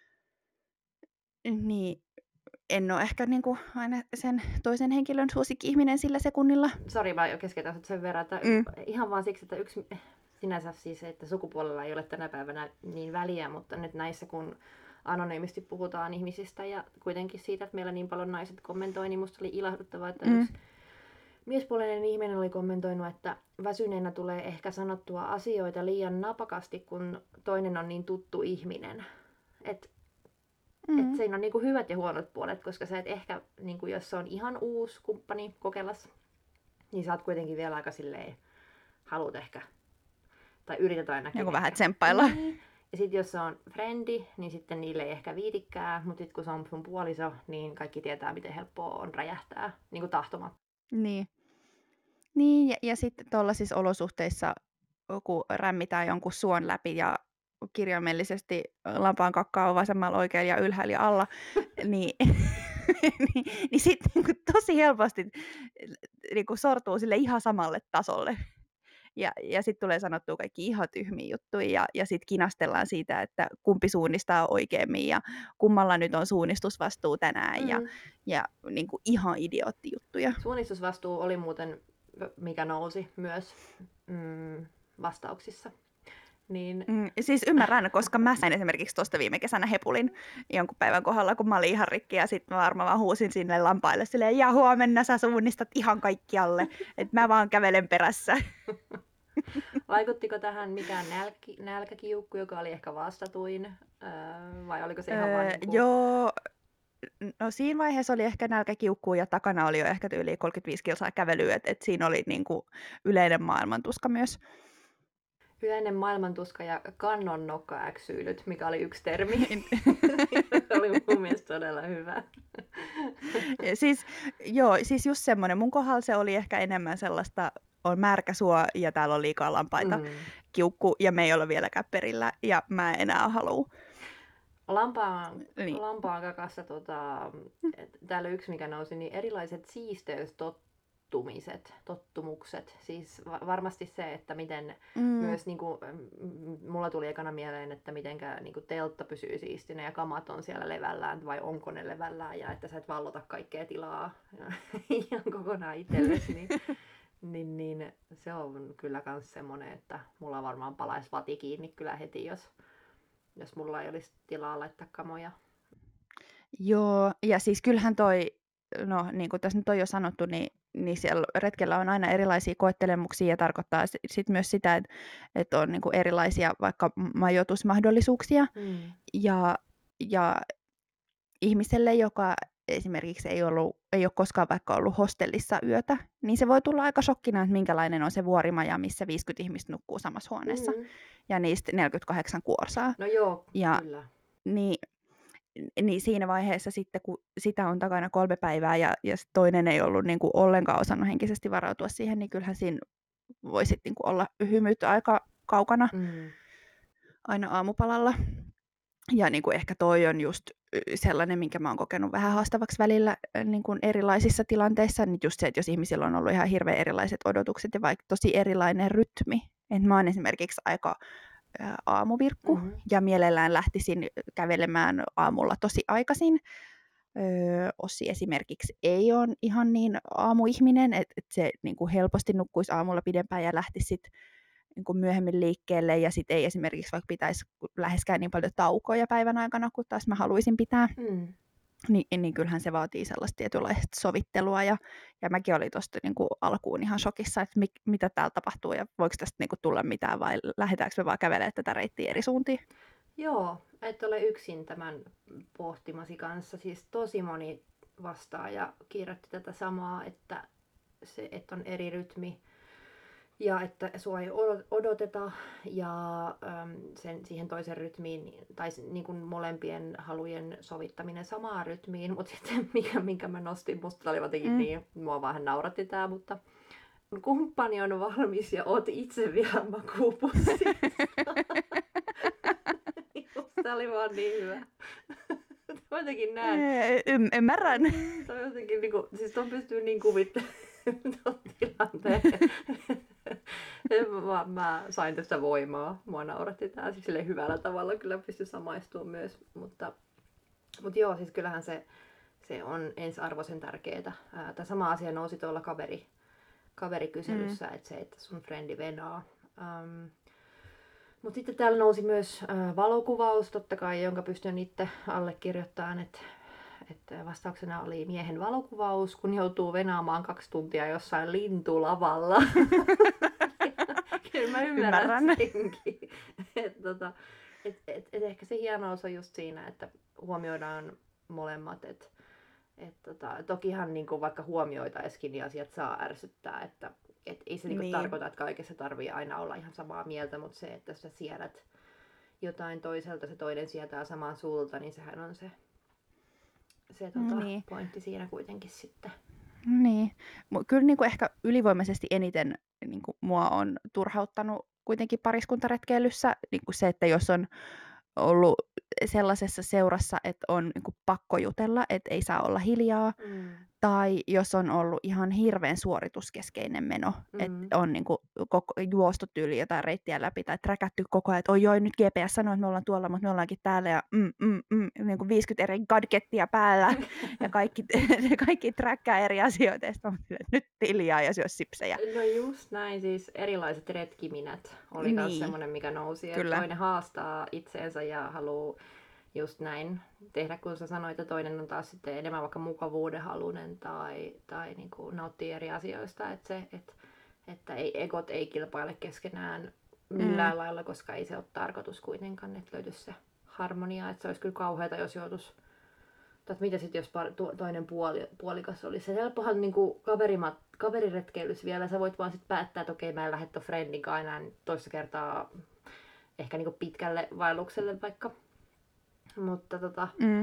Niin en ole ehkä niin kuin aina sen toisen henkilön suosikki-ihminen sillä sekunnilla. Sori, mä keskeytän sut sen verran, että Mm. ihan vaan siksi, että yksi sinänsä siis, että sukupuolella ei ole tänä päivänä niin väliä, mutta nyt näissä kun anonyymisti puhutaan ihmisistä ja kuitenkin siitä, että meillä niin paljon naiset kommentoi, niin musta oli ilahduttavaa, että Mm. yksi miespuolinen ihminen oli kommentoinut, että väsyneenä tulee ehkä sanottua asioita liian napakasti, kun toinen on niin tuttu ihminen. Et, Mm. et siinä on niinku hyvät ja huonot puolet, koska sä et ehkä, niinku jos se on ihan uusi kumppani kokeillas, niin sä oot kuitenkin vielä aika silleen, haluat ehkä, tai yrität ainakin. Joku vähän ehkä. tsemppailla. Niin. Ja sitten jos se on frendi, niin sitten niille ei ehkä viitikkää, mutta sitten kun se on sun puoliso, niin kaikki tietää, miten helppoa on räjähtää, niin kuin tahtomatta. Niin. Niin, ja, ja sitten tuollaisissa olosuhteissa, kun rämmitään jonkun suon läpi ja kirjaimellisesti lampaan kakkaa on vasemmalla, oikealla ja ylhäällä ja alla, niin, niin, niin sitten niin tosi helposti niin sortuu sille ihan samalle tasolle. Ja, ja sitten tulee sanottua kaikki ihan tyhmiä juttuja ja, ja sitten kinastellaan siitä, että kumpi suunnistaa oikeammin ja kummalla nyt on suunnistusvastuu tänään ja, Mm. ja niin kuin ihan idioottijuttuja. Suunnistusvastuu oli muuten, mikä nousi myös mm, vastauksissa. Niin... Mm, siis ymmärrän, koska mä sain esimerkiksi tuosta viime kesänä hepulin jonkun päivän kohdalla, kun mä olin ihan rikki ja sitten mä varmaan vaan huusin sinne lampaille silleen, ja huomenna sä suunnistat ihan kaikkialle, että mä vaan kävelen perässä. Vaikuttiko tähän mikään nälki, nälkäkiukku, joka oli ehkä vastatuin, öö, vai oliko se ihan öö, vaan niin kuin... Joo, no siinä vaiheessa oli ehkä nälkäkiukkuu ja takana oli jo ehkä yli kolmekymmentäviisi kilsaa kävelyä, että et siinä oli niinku yleinen maailmantuska myös. Yleinen maailmantuska ja kannonnokka-äksyilyt, mikä oli yksi termi. oli mun mielestä todella hyvä. siis, joo, siis just semmoinen. Mun kohdalla se oli ehkä enemmän sellaista, on märkä suo ja täällä on liikaa lampaita, mm. kiukku ja me ei ole vieläkään perillä ja mä en enää halua. Lampaan, niin. lampaan kakassa, tota, täällä yksi mikä nousi, niin erilaiset siisteystottumiset, tottumukset. Siis varmasti se, että miten mm. myös, niin kuin, mulla tuli ekana mieleen, että mitenkä niin kuin teltta pysyy siistinä ja kamat on siellä levällään vai onko ne levällään ja että sä et vallota kaikkea tilaa ihan kokonaan itsellesi. Niin, niin, niin se on kyllä myös semmoinen, että mulla varmaan palaisi vati kiinni kyllä heti, jos... jos mulla ei olisi tilaa laittaa kamoja. Joo, ja siis kyllähän toi, no niin kuin tässä nyt on jo sanottu, niin, niin siellä retkellä on aina erilaisia koettelemuksia ja tarkoittaa sitten myös sitä, että, että on niin kuin erilaisia vaikka majoitusmahdollisuuksia. Mm. Ja, ja ihmiselle, joka esimerkiksi ei, ollut, ei ole koskaan vaikka ollut hostellissa yötä, niin se voi tulla aika shokkina, että minkälainen on se vuorimaja, missä viisikymmentä ihmistä nukkuu samassa huoneessa. Mm. Ja niistä neljäkymmentäkahdeksan kuorsaa. No joo, ja, kyllä. Niin, niin siinä vaiheessa sitten, kun sitä on takana kolme päivää ja, ja toinen ei ollut niin kuin ollenkaan osannut henkisesti varautua siihen, niin kyllähän siinä voi sitten niin kuin olla hymyt aika kaukana mm. aina aamupalalla. Ja niin kuin ehkä toi on just sellainen, minkä mä oon kokenut vähän haastavaksi välillä niin kuin erilaisissa tilanteissa. Niin just se, että jos ihmisillä on ollut ihan hirveän erilaiset odotukset ja vaikka tosi erilainen rytmi. Että mä oon esimerkiksi aika aamuvirkku mm-hmm. ja mielellään lähtisin kävelemään aamulla tosi aikaisin. Öö, Ossi esimerkiksi ei ole ihan niin aamuihminen, että et se niin kuin helposti nukkuisi aamulla pidempään ja lähtisi sit niin kuin myöhemmin liikkeelle ja sitten ei esimerkiksi vaikka pitäisi läheskään niin paljon taukoja päivän aikana, kun taas mä haluaisin pitää. Mm. Niin, niin kyllähän se vaatii sellaista tietynlaista sovittelua ja, ja mäkin olin tuosta niin kuin alkuun ihan shokissa, että mit, mitä täällä tapahtuu ja voiko tästä niin kuin tulla mitään vai lähdetäänkö me vaan kävelemään tätä reittiä eri suuntiin. Joo, et ole yksin tämän pohtimasi kanssa. Siis tosi moni vastaaja kirjoitti tätä samaa, että, se, että on eri rytmi ja että sua ei odoteta ja äm, sen, siihen toisen rytmiin tai niin kuin molempien halujen sovittaminen samaan rytmiin, mutta sitten mikä, minkä mä nostin, musta oli jotenkin mm. niin, mua vähän nauratti tää, mutta kumppani on valmis ja oot itse vielä makuupussi. Tämä oli vaan niin hyvä. Mä jotenkin näen. Y- ymmärrän. Se on jotenkin niinku, siis ton pystyy niin kuvittelemaan ton tilanteen. mä, mä sain tästä voimaa. Mua nauratti tää siis silleen hyvällä tavalla. Kyllä pystyi samaistumaan myös. Mutta, mutta joo, siis kyllähän se, se on ensiarvoisen tärkeetä. Tämä sama asia nousi tuolla kaveri, kaverikyselyssä, mm. että se, että sun frendi venaa. Um, Mutta sitten täällä nousi myös äh, valokuvaus, totta kai, jonka pystyn itse allekirjoittamaan, että, että vastauksena oli miehen valokuvaus, kun joutuu venaamaan kaksi tuntia jossain lintulavalla. Kyllä mä ymmärrän, ymmärrän. senkin. Et, tota, et, et, et ehkä se hienous on just siinä, että huomioidaan molemmat. Et, et, tota, tokihan niin kuin vaikka huomioitaisikin, niin asiat saa ärsyttää, että et ei se niinku niin. tarkoita, että kaikessa tarvii aina olla ihan samaa mieltä, mutta se, että sä siedät jotain toiselta, se toinen sietää samaa sulta, niin sehän on se, se tota, niin. pointti siinä kuitenkin sitten. Niin. Kyllä niin kuin ehkä ylivoimaisesti eniten niin kuin mua on turhauttanut kuitenkin pariskuntaretkeilyssä niin kuin se, että jos on ollut sellaisessa seurassa, että on niin kuin pakko jutella, että ei saa olla hiljaa, mm. tai jos on ollut ihan hirveän suorituskeskeinen meno, mm. että on niin kuin koko, juostu tyyli jotain reittiä läpi tai träkätty koko ajan, että oi joi, nyt G P S sanoo, että me ollaan tuolla, mutta me ollaankin täällä ja mm, mm, mm, niin kuin viisikymmentä eri gadgettia päällä ja kaikki, kaikki träkkää eri asioita ja sitten nyt hiljaa ja syö sipsejä. No just näin, siis erilaiset retkiminät oli myös niin. semmoinen, mikä nousi, että toinen haastaa itseensä ja haluaa just näin tehdä, kun sä sanoit, että toinen on taas sitten enemmän vaikka mukavuudenhalunen tai, tai niin kuin nauttii eri asioista, että, se, että, että ei, egot ei kilpaile keskenään millään mm. lailla, koska ei se ole tarkoitus kuitenkaan, että löytyisi se harmonia, että se olisi kyllä kauheata, jos joutuisi, tai mitä sitten jos toinen puoli, puolikas olisi. Se helppohan niin kuin kaverimat, kaveriretkeilyssä vielä, sä voit vaan sitten päättää, että okei, mä en lähde ton friendin kanssa enää toista kertaa ehkä niin kuin pitkälle vaellukselle vaikka. Mutta tota, mm.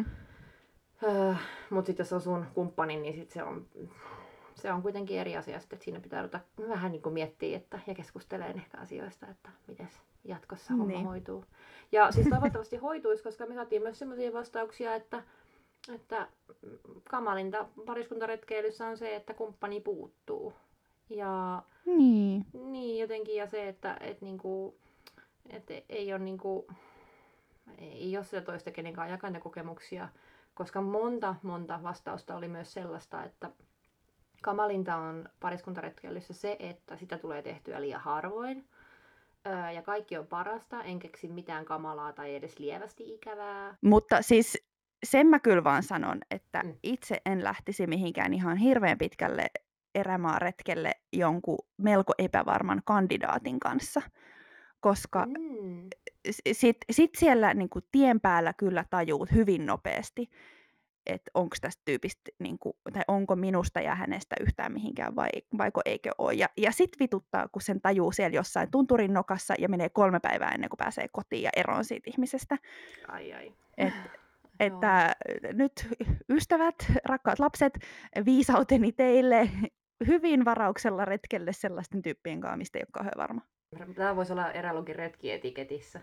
öö, mut sitten jos on sun kumppani, niin sit se on, se on kuitenkin eri asia. Sitten, että siinä pitää ruveta vähän niin kuin miettiä että, ja keskustelee ehkä asioista, että miten jatkossa homma niin. hoituu. Ja siis toivottavasti hoituisi, koska me saatiin myös sellaisia vastauksia, että, että kamalinta pariskuntaretkeilyssä on se, että kumppani puuttuu. Ja niin, niin jotenkin ja se, että et niinku, et ei ole niinku, ei ole sitä toista kenenkään jakaa ne kokemuksia, koska monta, monta vastausta oli myös sellaista, että kamalinta on pariskuntaretkeilyssä se, että sitä tulee tehtyä liian harvoin öö, ja kaikki on parasta, en keksi mitään kamalaa tai edes lievästi ikävää. Mutta siis sen mä kyllä vaan sanon, että mm. itse en lähtisi mihinkään ihan hirveän pitkälle erämaaretkelle jonkun melko epävarman kandidaatin kanssa, koska mm. sit, sit siellä niin kuin tien päällä kyllä tajuut hyvin nopeasti, että onko tästä tyypistä, niin kuin, tai onko minusta ja hänestä yhtään mihinkään vai vaiko eikö ole. Ja, ja sit vituttaa, kun sen tajuu siellä jossain tunturin nokassa ja menee kolme päivää ennen kuin pääsee kotiin ja eroon siitä ihmisestä. Ai ai. Et, että nyt ystävät, rakkaat lapset, viisauteni teille hyvin varauksella retkelle sellaisten tyyppien kanssa, mistä ei ole kauhean varma. Tämä voisi olla Erälogin retkietiketissä.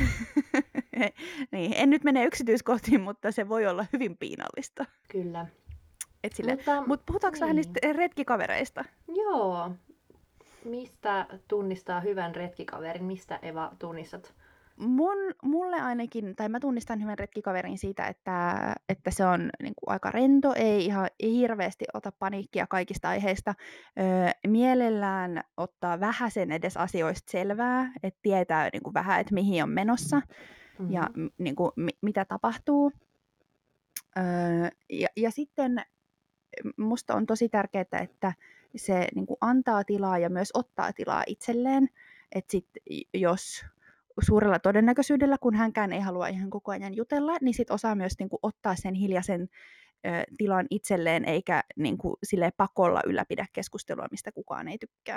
Niin, en nyt mene yksityiskohtiin, mutta se voi olla hyvin piinallista. Kyllä. Et sille, mutta mut puhutaanko niin. vähän niistä retkikavereista? Joo. Mistä tunnistaa hyvän retkikaverin? Mistä, Eva, tunnistat mun, mulle ainakin, tai mä tunnistan hyvän retkikaverin siitä, että, että se on niin kuin aika rento, ei ihan ei hirveästi ota paniikkia kaikista aiheista. Öö, mielellään ottaa vähäsen edes asioista selvää, että tietää niin kuin vähän, että mihin on menossa ja Mm-hmm. m, niin kuin, mi, mitä tapahtuu. Öö, ja, ja sitten musta on tosi tärkeää, että se niin kuin antaa tilaa ja myös ottaa tilaa itselleen. Että sit, jos suurella todennäköisyydellä, kun hänkään ei halua ihan koko ajan jutella, niin sit osaa myös niin kuin ottaa sen hiljaisen ö, tilan itselleen, eikä niin kuin, silleen pakolla ylläpidä keskustelua, mistä kukaan ei tykkää.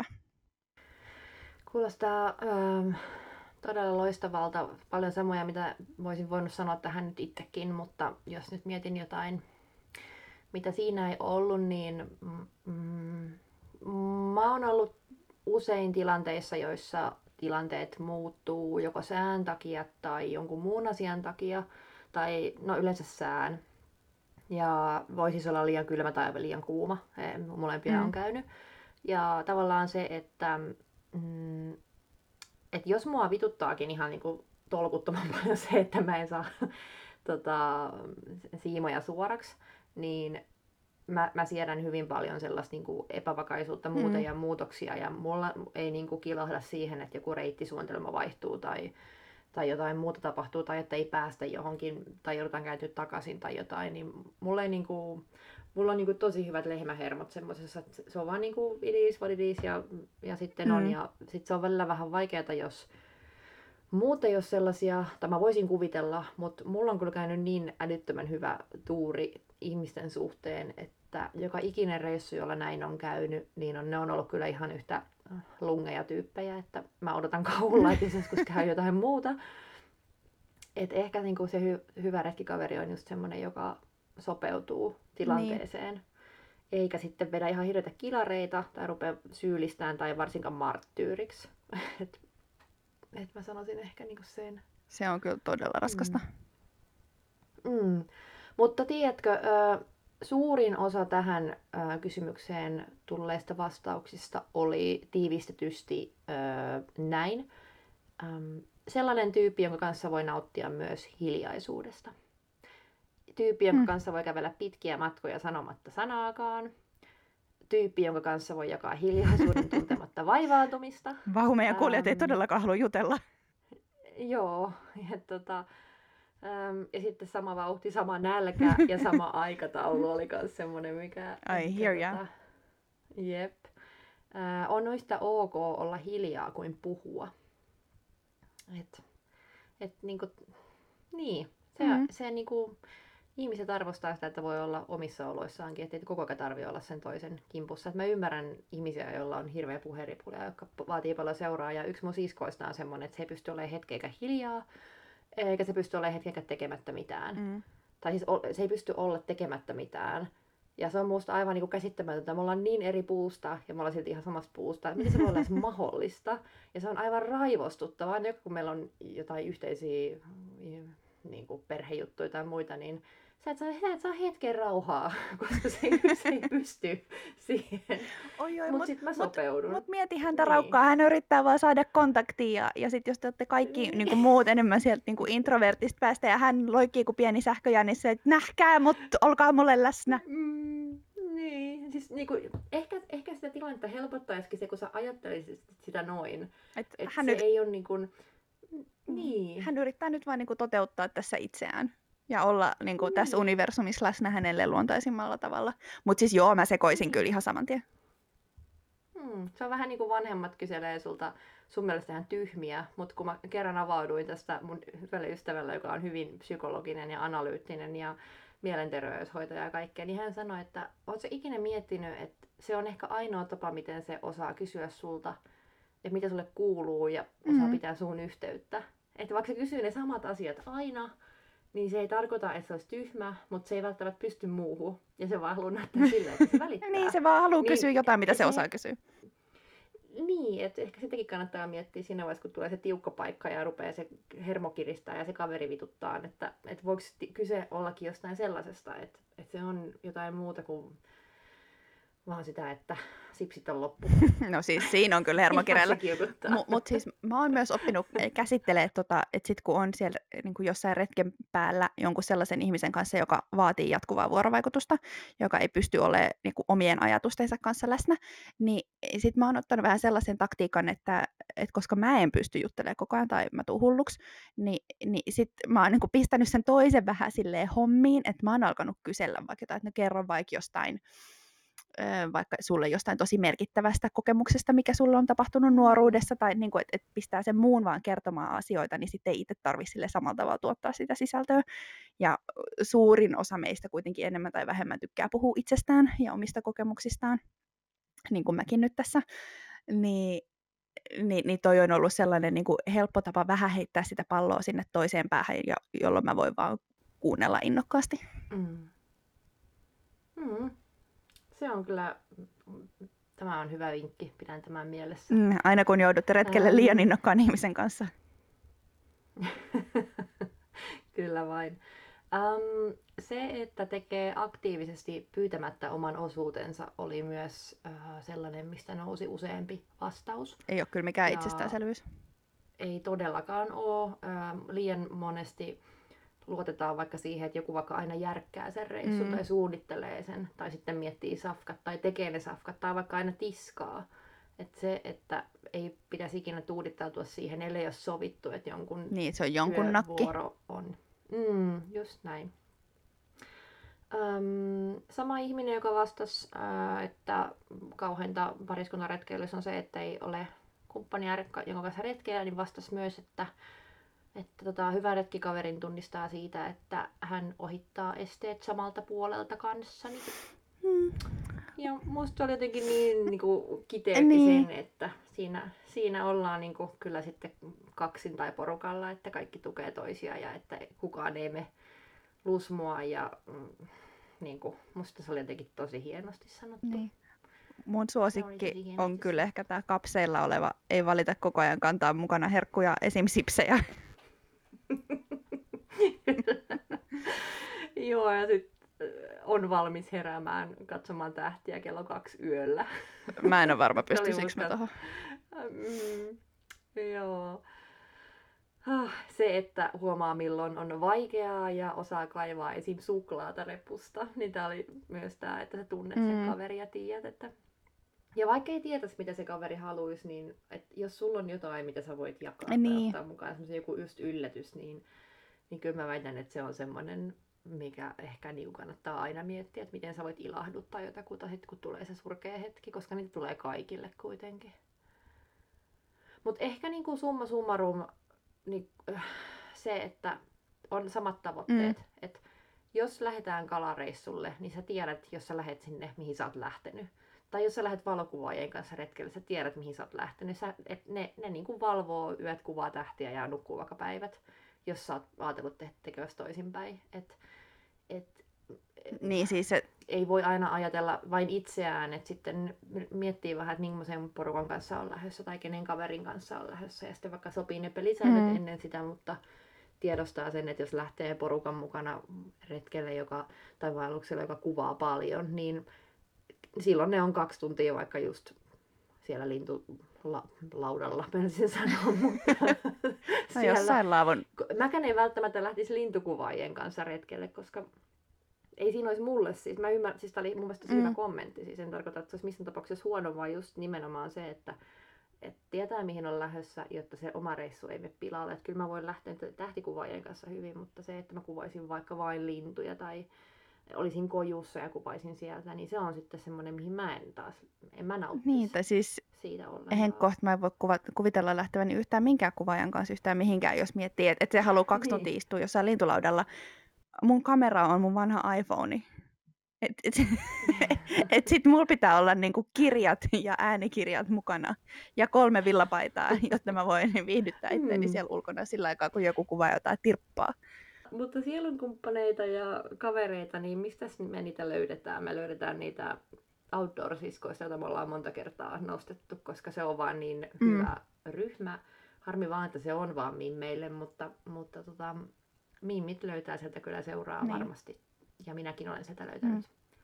Kuulostaa ähm, todella loistavalta. Paljon samoja, mitä voisin voinut sanoa tähän nyt itsekin, mutta jos nyt mietin jotain, mitä siinä ei ollut, niin mm, mä oon ollut usein tilanteissa, joissa tilanteet muuttuu joko sään takia tai jonkun muun asian takia, tai no yleensä sään. Ja voi siis olla liian kylmä tai liian kuuma, molempia Mm. on käynyt. Ja tavallaan se, että mm, et jos mua vituttaakin ihan niinku tolkuttoman paljon se, että mä en saa tota, siimoja suoraksi, niin mä, mä siedän hyvin paljon sellaista niinku epävakaisuutta muuten Mm. ja muutoksia. Ja mulla ei niinku kilahda siihen, että joku reittisuunnitelma vaihtuu tai, tai jotain muuta tapahtuu tai että ei päästä johonkin tai joudutaan kääntyä takaisin tai jotain. Niin mulla, ei niinku, mulla on niinku tosi hyvät lehmähermot semmoisessa, että se on vaan niinku it is what it is ja, ja sitten on. Mm. Ja sit se on välillä vähän vaikeaa, jos muut ei ole sellaisia, tai mä voisin kuvitella, mutta mulla on kyllä käynyt niin älyttömän hyvä tuuri ihmisten suhteen, että joka ikinen reissu, jolla näin on käynyt, niin on, ne on ollut kyllä ihan yhtä lungeja tyyppejä, että mä odotan kauhulla, että jos joskus käy jotain muuta. Et ehkä niinku se hy- hyvä retkikaveri on just semmoinen, joka sopeutuu tilanteeseen. Niin. Eikä sitten vedä ihan hirveitä kilareita tai rupea syyllistämään tai varsinkaan marttyyriksi. Et, et mä sanoisin ehkä niinku sen. Se on kyllä todella raskasta. Mm. Mm. Mutta tiedätkö, ö, suurin osa tähän ö, kysymykseen tulleista vastauksista oli tiivistetysti ö, näin. Öm, sellainen tyyppi, jonka kanssa voi nauttia myös hiljaisuudesta. Tyyppi, jonka Mm. kanssa voi kävellä pitkiä matkoja sanomatta sanaakaan. Tyyppi, jonka kanssa voi jakaa hiljaisuuden tuntematta vaivautumista. Vau, meidän kuulijat ei Ähm, todellakaan halua jutella. Joo, ja, tota, äm, ja sitten sama vauhti, sama nälkä ja sama aikataulu oli myös semmoinen, mikä... I mikä, hear ya. tota, jep. Ää, on yhtä ok olla hiljaa kuin puhua. Et, et, niinku, niin, se, Mm. se niinku, ihmiset arvostaa sitä, että voi olla omissa oloissaankin, ettei koko ajan tarvitse olla sen toisen kimpussa. Et mä ymmärrän ihmisiä, joilla on hirveä puheripulia, jotka vaatii paljon seuraa. Ja yksi mun siskoista on semmoinen, että se ei pysty olemaan hetkeäkään hiljaa, eikä se pysty olemaan hetkeäkään tekemättä mitään. Mm. Tai siis se ei pysty olla tekemättä mitään. Ja se on musta aivan niin kuin käsittämätöntä. Me ollaan niin eri puusta ja me ollaan silti ihan samasta puusta. Miten se voi olla edes mahdollista? Ja se on aivan raivostuttavaa. Aina kun meillä on jotain yhteisiä niin kuin perhejuttuja tai muita, niin sä et saa, sä et saa hetken rauhaa, koska se ei, se ei pysty siihen. Oi, oi, Mutta mut, sitten mä mut, sopeudun. mut mieti häntä Niin. raukkaa, hän yrittää vaan saada kontaktia ja, ja sitten jos te olette kaikki Niin. niin kuin muut enemmän sieltä niin kuin introvertista päästä ja hän loikkii kuin pieni sähköjännissä, että nähkää mut, olkaa mulle läsnä. Mm, niin, siis niinku, ehkä, ehkä sitä tilannetta helpottaisikin se, kun sä ajattelisit sitä noin. Et Että hän, se nyt, ei ole niinku, niin. hän yrittää nyt vaan niin kuin toteuttaa tässä itseään ja olla niin kuin, tässä Niin. universumissa läsnä hänelle luontaisimmalla tavalla. Mutta siis joo, mä sekoisin kyllä ihan saman tien. Hmm, se on vähän niin kuin vanhemmat kyselee sulta sun mielestä ihan tyhmiä, mutta kun mä kerran avauduin tästä mun hyvälle ystävälle, joka on hyvin psykologinen ja analyyttinen ja mielenterveyshoitaja ja kaikkea, niin hän sanoi, että ootko sä ikinä miettinyt, että se on ehkä ainoa tapa, miten se osaa kysyä sulta, että mitä sulle kuuluu ja osaa Mm-hmm. pitää suun yhteyttä. Että vaikka se kysyy ne samat asiat aina, niin se ei tarkoita, että se olisi tyhmä, mutta se ei välttämättä pysty muuhun. Ja se vaan haluaa näyttää silleen, että se välittää. Niin, se vaan haluaa Niin, kysyä jotain, mitä se, se- osaa kysyä. Niin, että ehkä sitäkin kannattaa miettiä siinä vaiheessa, kun tulee se tiukka paikka ja rupeaa se hermo kiristää ja se kaveri vituttaa, että, että voiko kyse ollakin jostain sellaisesta, että, että se on jotain muuta kuin vaan sitä, että sipsit on loppu. No siis siinä on kyllä hermokireillä. Ihan se kiukuttaa. Mutta mut siis mä oon myös oppinut käsittelemään, tota, että sit kun on siellä niin kuin jossain retken päällä jonkun sellaisen ihmisen kanssa, joka vaatii jatkuvaa vuorovaikutusta, joka ei pysty olemaan niin kuin omien ajatustensa kanssa läsnä, niin sit mä oon ottanut vähän sellaisen taktiikan, että, että koska mä en pysty juttelemaan koko ajan tai mä tuun hulluksi, niin, niin sit mä oon niin kuin pistänyt sen toisen vähän silleen hommiin, että mä oon alkanut kysellä vaikka jotain, että no kerro vaikka jostain, vaikka sulle jostain tosi merkittävästä kokemuksesta, mikä sulle on tapahtunut nuoruudessa, tai niin kuin, että et pistää sen muun vaan kertomaan asioita, niin sitten ei itse tarvitse sille samalla tavalla tuottaa sitä sisältöä. Ja suurin osa meistä kuitenkin enemmän tai vähemmän tykkää puhua itsestään ja omista kokemuksistaan, niin kuin mäkin nyt tässä. Niin, niin, niin toi on ollut sellainen niin kuin helppo tapa vähän heittää sitä palloa sinne toiseen päähän, ja, jolloin mä voin vaan kuunnella innokkaasti. Mm. Mm. Se on kyllä, tämä on hyvä vinkki, pidän tämän mielessä. Mm, aina kun joudutte retkelle Ähm. liian innokkaan ihmisen kanssa. Kyllä vain. Um, se, että tekee aktiivisesti pyytämättä oman osuutensa, oli myös uh, sellainen, mistä nousi useampi vastaus. Ei ole kyllä mikään Ja itsestäänselvyys. Ei todellakaan ole. Uh, liian monesti luotetaan vaikka siihen, että joku vaikka aina järkkää sen reissun mm. tai suunnittelee sen, tai sitten miettii safkat tai tekee ne safkat, tai vaikka aina tiskaa. Että se, että ei pitäisi ikinä tuudittautua siihen, ellei ole sovittu, että jonkun Niin, se on jonkun nakki. vuoro on. Mm, just näin. Öm, sama ihminen, joka vastasi, äh, että kauheinta pariskuntaretkeilyssä on se, että ei ole kumppania, jonka kanssa retkeillä, niin vastasi myös, että, että tota, hyvä retkikaverin tunnistaa siitä, että hän ohittaa esteet samalta puolelta kanssani. Hmm. Ja musta oli jotenkin niin, niin kuin kiteytti niin. sen, että siinä, siinä ollaan niin kuin, kyllä sitten kaksin tai porukalla, että kaikki tukee toisiaan ja että kukaan ei me lusmua ja mm, niin kuin, musta se oli jotenkin tosi hienosti sanottu. Niin. Mun suosikki on kyllä ehkä tämä kapseilla oleva, ei valita koko ajan kantaa mukana herkkuja, esim. Sipsejä. Joo, ja sitten on valmis heräämään katsomaan tähtiä kello kaksi yöllä. Mä en ole varma, pystyisikö mä tohon. Mm, joo. Se, että huomaa milloin on vaikeaa ja osaa kaivaa esim. Suklaata repusta, niin tää oli myös tää, että sä tunnet sen Mm. kaverin ja tiedät, että... Ja vaikka ei tietäisi, mitä se kaveri haluaisi, niin että jos sulla on jotain, mitä sä voit jakaa Niin. tai ottaa mukaan, semmoisen joku just yllätys, niin, niin kyllä mä väitän, että se on semmoinen, mikä ehkä niin kannattaa aina miettiä, että miten sä voit ilahduttaa jotakuta sit, kun tulee se surkea hetki, koska niitä tulee kaikille kuitenkin. Mutta ehkä niin kuin summa summarum, niin se, että on samat tavoitteet. Mm. Et jos lähdetään kalareissulle, niin sä tiedät, jos sä lähet sinne, mihin sä oot lähtenyt. Tai jos sä lähdet valokuvaajien kanssa retkelle, sä tiedät, mihin sä oot lähtenyt. Sä, et ne ne niin kuin valvoo yöt, kuvaa tähtiä ja nukkuu vaikka päivät, jos sä oot ajatellut te- tekevässä toisinpäin. Et, et, Niin siis se... Ei voi aina ajatella vain itseään, että sitten miettii vähän, että millaisen porukan kanssa on lähdössä tai kenen kaverin kanssa on lähdössä. Ja sitten vaikka sopii ne pelisäännöt mm. ennen sitä, mutta tiedostaa sen, että jos lähtee porukan mukana retkelle joka, tai vaellukselle, joka kuvaa paljon, niin silloin ne on kaksi tuntia vaikka just siellä lintulaudalla, menisin sanoa, mutta no jossain laavon. Mäkään en välttämättä lähtisi lintukuvaajien kanssa retkelle, koska ei siinä olisi mulle siis. Mä ymmärrän, siis tää oli mun mielestä hyvä mm. kommentti. Siis en tarkoita, että se olisi missään tapauksessa huono, vaan just nimenomaan se, että et tietää mihin on lähdössä, jotta se oma reissu ei mene pilalle. Että kyllä mä voin lähteä tähtikuvaajien kanssa hyvin, mutta se, että mä kuvaisin vaikka vain lintuja tai olisin kojussa ja kuvaisin sieltä, niin se on sitten semmoinen, mihin mä en taas, en mä nauttisi niin, tai siis siitä ollenkaan. Henkkoht mä en voi kuva, kuvitella lähteväni yhtään minkään kuvaajan kanssa yhtään mihinkään, jos miettii, että et se haluaa kaksi niin. tuntia istua jossain lintulaudalla. Mun kamera on mun vanha iPhone. Et, et, et sit mulla pitää olla niinku kirjat ja äänikirjat mukana ja kolme villapaitaa, jotta mä voin viihdyttää itseäni siellä ulkona sillä aikaa, kun joku kuvaa jotain tirppaa. Mutta sielunkumppaneita ja kavereita, niin mistä me niitä löydetään? Me löydetään niitä outdoor-siskoista, joita me ollaan monta kertaa nostettu, koska se on vaan niin mm. hyvä ryhmä. Harmi vaan, että se on vaan mimmeille, mutta, mutta tota, mimmit löytää sieltä kyllä seuraa niin. varmasti. Ja minäkin olen sieltä löytänyt. Mm.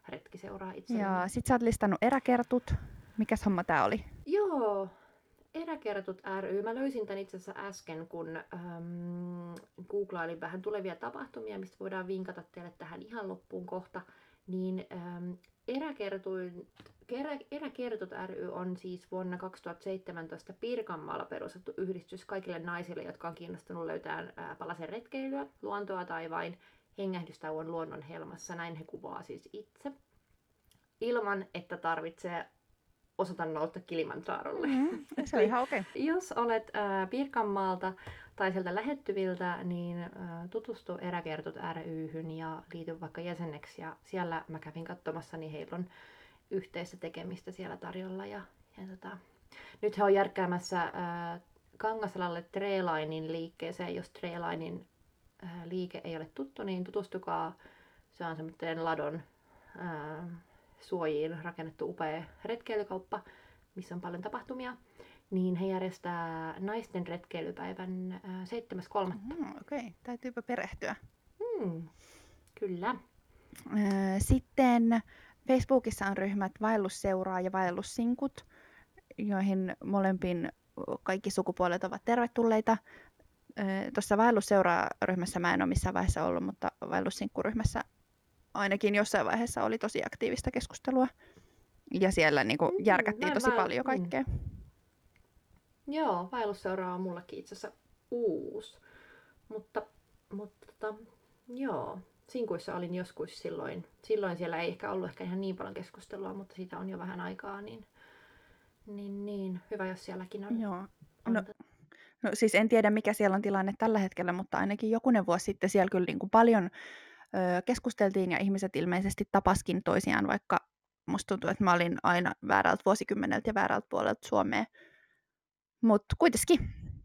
retkiseuraa itselleni. Ja sit sä oot listannut eräkertut. Mikäs homma tää oli? Joo, Eräkertut ry. Mä löysin tän itse asiassa äsken, kun ähm, googlailin vähän tulevia tapahtumia, mistä voidaan vinkata teille tähän ihan loppuun kohta. Niin ähm, Eräkertuin, Erä, Eräkertut ry on siis vuonna kaksituhattaseitsemäntoista Pirkanmaalla perustettu yhdistys kaikille naisille, jotka on kiinnostunut löytämään äh, palasen retkeilyä, luontoa tai vain hengähdystauon luonnon helmassa. Näin he kuvaa siis itse. Ilman, että tarvitsee osata nousta Kilimanjarolle. Mm, se on ihan okei. Okay. Jos olet äh, Pirkanmaalta tai sieltä lähettyviltä, niin äh, tutustu Eräkertut ry:hyn ja liity vaikka jäseneksi. Ja siellä mä kävin katsomassa, niin heillä on yhteistä tekemistä siellä tarjolla. Ja, ja tota, nyt he on järkkäämässä äh, Kangasalalle Treelainin liikkeeseen. Jos Treelainin äh, liike ei ole tuttu, niin tutustukaa. Se on semmoinen Ladon äh, suojiin rakennettu upea retkeilykauppa, missä on paljon tapahtumia, niin he järjestää naisten retkeilypäivän seitsemäs kolmatta. Mm, okei, okay. Täytyypä perehtyä. Hmm, kyllä. Sitten Facebookissa on ryhmät Vaellusseuraa ja Vaellussinkut, joihin molempiin kaikki sukupuolet ovat tervetulleita. Tuossa Vaellusseuraa-ryhmässä mä en ole missään vaiheessa ollut, mutta Vaellussinkkuryhmässä ainakin jossain vaiheessa oli tosi aktiivista keskustelua. Ja siellä niin kuin Mm, järkättiin mä- tosi mä- paljon mm. kaikkea. Joo, vaellusseura on mullakin itse asiassa uusi. Mutta, mutta tota, joo, Sinkuissa olin joskus silloin. Silloin siellä ei ehkä ollut ehkä ihan niin paljon keskustelua, mutta siitä on jo vähän aikaa. Niin, niin, niin. Hyvä, jos sielläkin on. Joo. on No, t- no siis en tiedä mikä siellä on tilanne tällä hetkellä, mutta ainakin jokunen vuosi sitten siellä kyllä niin kuin paljon ö, keskusteltiin ja ihmiset ilmeisesti tapaskin toisiaan, vaikka musta tuntuu, että mä olin aina väärältä vuosikymmeneltä ja väärältä puolelta Suomea. Mutta kuitenkin.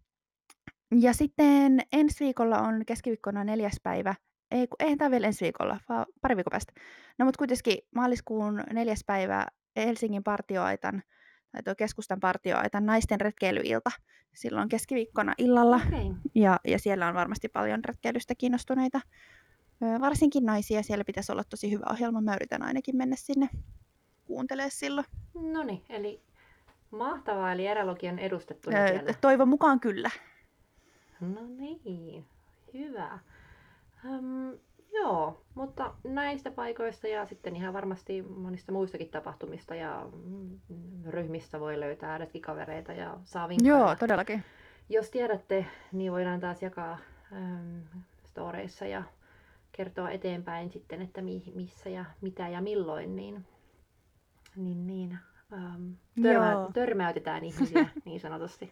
Ja sitten ensi viikolla on keskiviikkona neljäs päivä. Ei, kun- eihän tämä vielä ensi viikolla, vaan pari viikon päästä. No mutta kuitenkin maaliskuun neljäs päivä Helsingin partioaitan, tai tuo keskustan partioaitan naisten retkeilyilta. Silloin keskiviikkona illalla. Okei. Ja, ja siellä on varmasti paljon retkeilystä kiinnostuneita. Ö, varsinkin naisia. Siellä pitäisi olla tosi hyvä ohjelma. Mä yritän ainakin mennä sinne kuuntelemaan silloin. Noniin, eli mahtavaa, eli erälogi on edustettuna Ö, siellä. toivon mukaan kyllä. No niin, hyvä. Um, joo, mutta näistä paikoista ja sitten ihan varmasti monista muistakin tapahtumista ja mm, ryhmistä voi löytää retkikavereita ja saa vinkkoja. Joo, todellakin. Jos tiedätte, niin voidaan taas jakaa äm, storeissa ja kertoa eteenpäin sitten, että mi, missä ja mitä ja milloin, niin, niin, niin äm, törmä, Joo. törmäytetään ihmisiä niin sanotusti.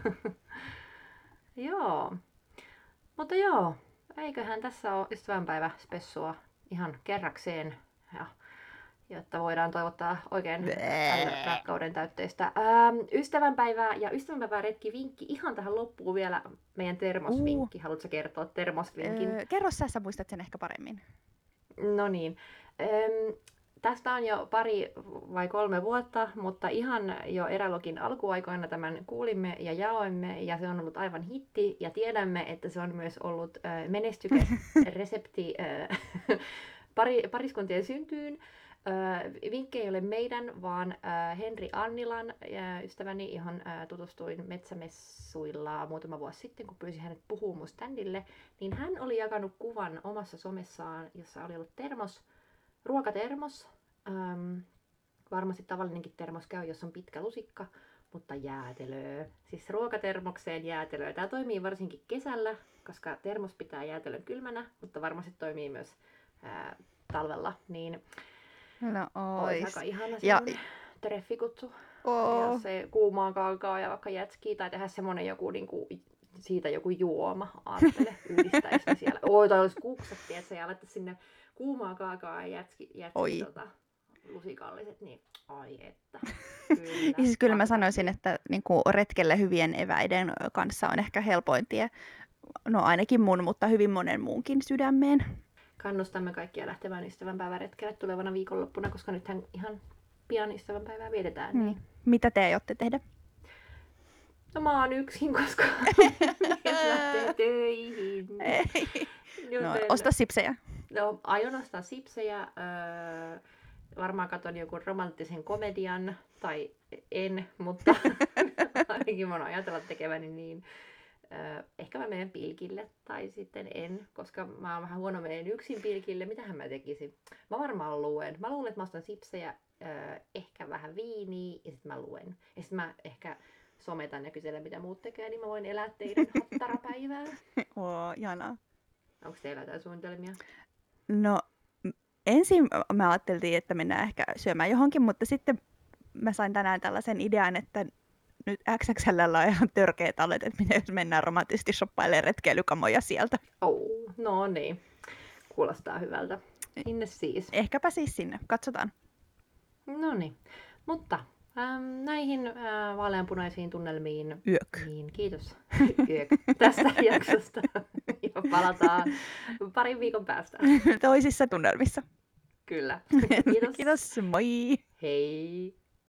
Joo, mutta joo, eiköhän tässä ole ystävänpäivä spessua ihan kerrakseen, ja, jotta voidaan toivottaa oikein paljon rakkauden täytteistä ähm, ystävänpäivää ja ystävänpäivää retki vinkki ihan tähän loppuun vielä meidän termosvinkki. Haluatko kertoa termosvinkin? Öö, kerro sä, sä muistat sen ehkä paremmin. No niin. Ähm, tästä on jo pari vai kolme vuotta, mutta ihan jo Erälogin alkuaikoina tämän kuulimme ja jaoimme ja se on ollut aivan hitti ja tiedämme, että se on myös ollut äh, menestykäs resepti äh, pari, pariskuntien syntyyn. Äh, vinkki ei ole meidän, vaan äh, Henri Annilan äh, ystäväni, johon äh, tutustuin metsämessuilla muutama vuosi sitten, kun pyysin hänet puhumaan mun standille, niin hän oli jakanut kuvan omassa somessaan, jossa oli ollut termos, ruokatermos. Ähm, varmasti tavallinenkin termos käy, jos on pitkä lusikka, mutta jäätelöä. Siis ruokatermokseen jäätelöä. Tämä toimii varsinkin kesällä, koska termos pitää jäätelön kylmänä, mutta varmasti toimii myös ää, talvella. Niin No olisi ois. aika ihana Ja- semmoinen treffikutsu. Oo. Ja se kuumaa kaakaa ja vaikka jätskiä tai tehdä semmoinen joku niinku, siitä joku juoma, aattele, yhdistäisi ne siellä. Oi, tai olisi kuksatti, että se ja laittaa sinne kuumaa kaakaa ja jätski, jätski Oi. tota, lusikalliset, niin ai että. Kyllä, Ja siis kyllä mä mahtavaa. sanoisin, että niinku retkelle hyvien eväiden kanssa on ehkä helpoin tie. No ainakin mun, mutta hyvin monen muunkin sydämeen. Kannustamme kaikkia lähtemään ystävänpäiväretkelle tulevana viikonloppuna, koska nythän ihan pian ystävänpäivää vietetään. Niin. Mm. Mitä te aiotte tehdä? No mä oon yksin, koska mies lähtee töihin. Ei. No, Joten- osta sipsejä. No, aion ostaa sipsejä. Öö, varmaan katon jonkun romanttisen komedian, tai en, mutta ainakin mä oon ajatellut tekeväni niin. Ö, ehkä mä menen pilkille, tai sitten en, koska mä oon vähän huono menen yksin pilkille. Mitähän mä tekisin? Mä varmaan luen. Mä luulen, että mä ostan sipsejä, ö, ehkä vähän viiniä, ja sitten mä luen. Ja sitten mä ehkä sometan ja kyselen, mitä muut tekee, niin mä voin elää teidän hattarapäivää. Oo, ihanaa. Onko teillä jotain suunnitelmia? No, m- ensin me ajatteltiin, että mennään ehkä syömään johonkin, mutta sitten mä sain tänään tällaisen idean, että nyt X X L on ihan törkeät alet, että miten jos mennään romanttisesti shoppailemaan retkeilykamoja sieltä. Oh, no niin. Kuulostaa hyvältä. Sinne siis. Ehkäpä siis sinne, katsotaan. No niin. Mutta ähm, näihin äh, vaaleanpunaisiin tunnelmiin Yök. niin kiitos Yök tästä jaksosta. Ja palataan parin viikon päästä. Toisissa tunnelmissa. Kyllä. Kiitos. Kiitos, moi! Hei!